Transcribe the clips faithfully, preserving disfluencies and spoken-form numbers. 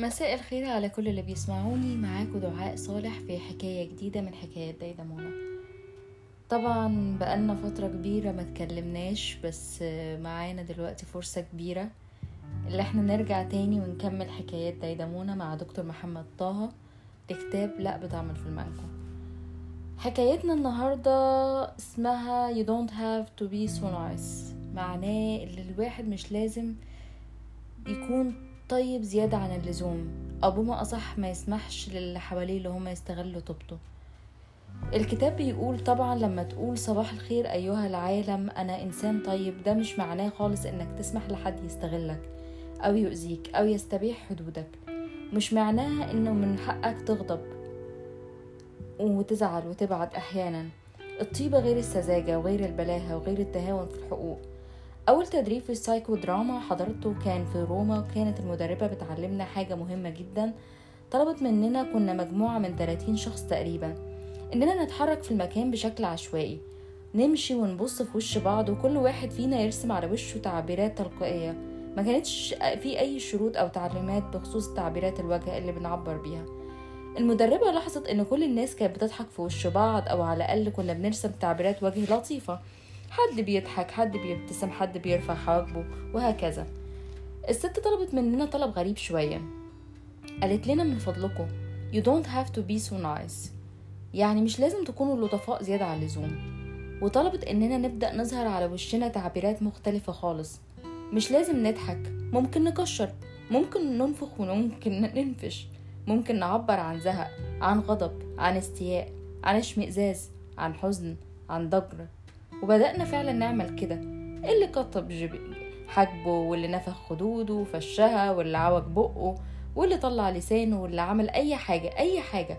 مساء الخير على كل اللي بيسمعوني. معاكم دعاء صالح في حكاية جديدة من حكايات ديدمونة. طبعا بقالنا فترة كبيرة ما تكلمناش، بس معانا دلوقتي فرصة كبيرة اللي احنا نرجع تاني ونكمل حكايات ديدمونة مع دكتور محمد طه لكتاب لا بتعمل في المانجو. حكايتنا النهاردة اسمها You don't have to be so nice، معناه اللي الواحد مش لازم يكون طيب زيادة عن اللزوم، أو بما أصح ما يسمحش للي حواليه اللي هم يستغلوا طيبته. الكتاب بيقول طبعا لما تقول صباح الخير أيها العالم أنا إنسان طيب، ده مش معناه خالص إنك تسمح لحد يستغلك أو يؤذيك أو يستبيح حدودك. مش معناها إنه من حقك تغضب وتزعل وتبعد أحيانا. الطيبة غير السذاجة وغير البلاهة وغير التهاون في الحقوق. أول تدريب في السايكو دراما حضرته كان في روما، وكانت المدربة بتعلمنا حاجة مهمة جدا. طلبت مننا، كنا مجموعة من ثلاثين شخص تقريبا، إننا نتحرك في المكان بشكل عشوائي، نمشي ونبص في وش بعض، وكل واحد فينا يرسم على وشه تعبيرات تلقائية. ما كانتش في أي شروط أو تعليمات بخصوص تعبيرات الوجه اللي بنعبر بيها. المدربة لاحظت إن كل الناس كانت بتضحك في وش بعض، أو على الأقل كنا بنرسم تعبيرات وجه لطيفة، حد بيضحك، حد بيبتسم، حد بيرفع حواجبه، وهكذا. الست طلبت مننا طلب غريب شوية. قالت لنا من فضلكم You don't have to be so nice، يعني مش لازم تكونوا لطفاء زيادة عن اللزوم. وطلبت اننا نبدأ نظهر على وشنا تعبيرات مختلفة خالص. مش لازم نضحك، ممكن نكشر، ممكن ننفخ وممكن ننفش، ممكن نعبر عن زهق، عن غضب، عن استياء، عن اشمئزاز، عن حزن، عن ضجر. وبدأنا فعلا نعمل كده. اللي قطب حاجبه، واللي نفخ خدوده وفشها، واللي عوج بقه، واللي طلع لسانه، واللي عمل اي حاجة اي حاجة.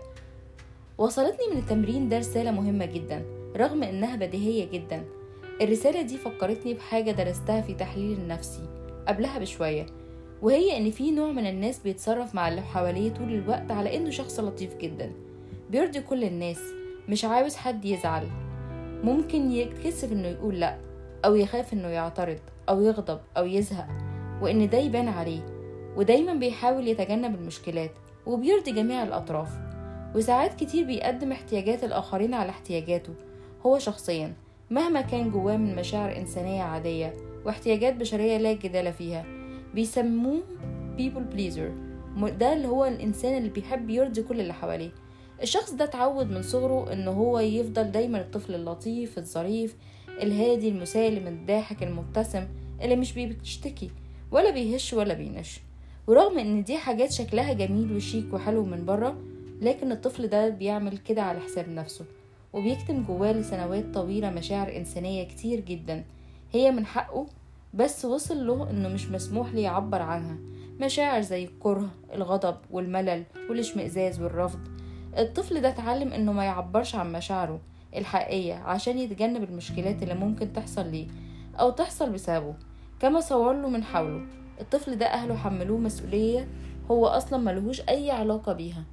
وصلتني من التمرين ده رسالة مهمة جدا رغم انها بديهية جدا. الرسالة دي فكرتني بحاجة درستها في تحليل النفسي قبلها بشوية، وهي ان في نوع من الناس بيتصرف مع اللي حواليه طول الوقت على انه شخص لطيف جدا، بيرضي كل الناس، مش عاوز حد يزعل. ممكن يتكسف انه يقول لا، او يخاف انه يعترض او يغضب او يزهق، وان ده يبان عليه. ودايما بيحاول يتجنب المشكلات وبيرضي جميع الاطراف. وساعات كتير بيقدم احتياجات الاخرين على احتياجاته هو شخصيا، مهما كان جواه من مشاعر انسانية عادية واحتياجات بشرية لا جدال فيها. بيسموه people pleaser، ده اللي هو الانسان اللي بيحب يرضي كل اللي حواليه. الشخص ده اتعود من صغره ان هو يفضل دايما الطفل اللطيف الظريف الهادي المسالم الضاحك المبتسم اللي مش بيشتكي ولا بيهش ولا بينش. ورغم ان دي حاجات شكلها جميل وشيك وحلو من بره، لكن الطفل ده بيعمل كده على حساب نفسه، وبيكتم جواه لسنوات طويلة مشاعر إنسانية كتير جدا هي من حقه، بس وصل له انه مش مسموح ليه يعبر عنها. مشاعر زي الكره، الغضب والملل والاشمئزاز والرفض. الطفل ده اتعلم انه ما يعبرش عن مشاعره الحقيقية عشان يتجنب المشكلات اللي ممكن تحصل ليه او تحصل بسببه. كما صور له من حوله، الطفل ده اهله حملوه مسؤولية هو اصلا ملهوش اي علاقة بيها،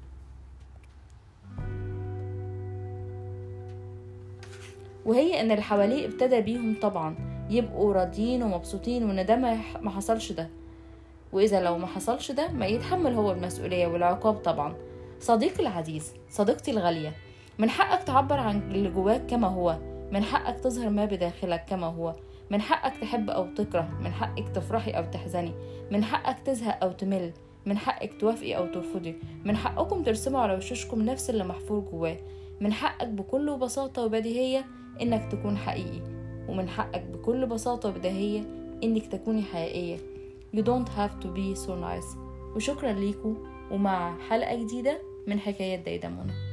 وهي ان اللي حواليه ابتدى بيهم طبعا يبقوا راضيين ومبسوطين، وان ده ما حصلش ده، واذا لو ما حصلش ده ما يتحمل هو المسؤولية والعقاب طبعا. صديقي العزيز، صديقتي الغالية، من حقك تعبر عن اللي جواك كما هو، من حقك تظهر ما بداخلك كما هو، من حقك تحب او تكره، من حقك تفرحي او تحزني، من حقك تزهق او تمل، من حقك توافقي او ترفضي، من حقكم ترسموا على وشوشكم نفس اللي محفور جواه، من حقك بكل بساطة وبديهية انك تكون حقيقي، ومن حقك بكل بساطة وبديهية انك تكوني حقيقية. You don't have to be so nice. وشكرا ليكم، ومع حلقة جديدة من حكايات ديدمونة.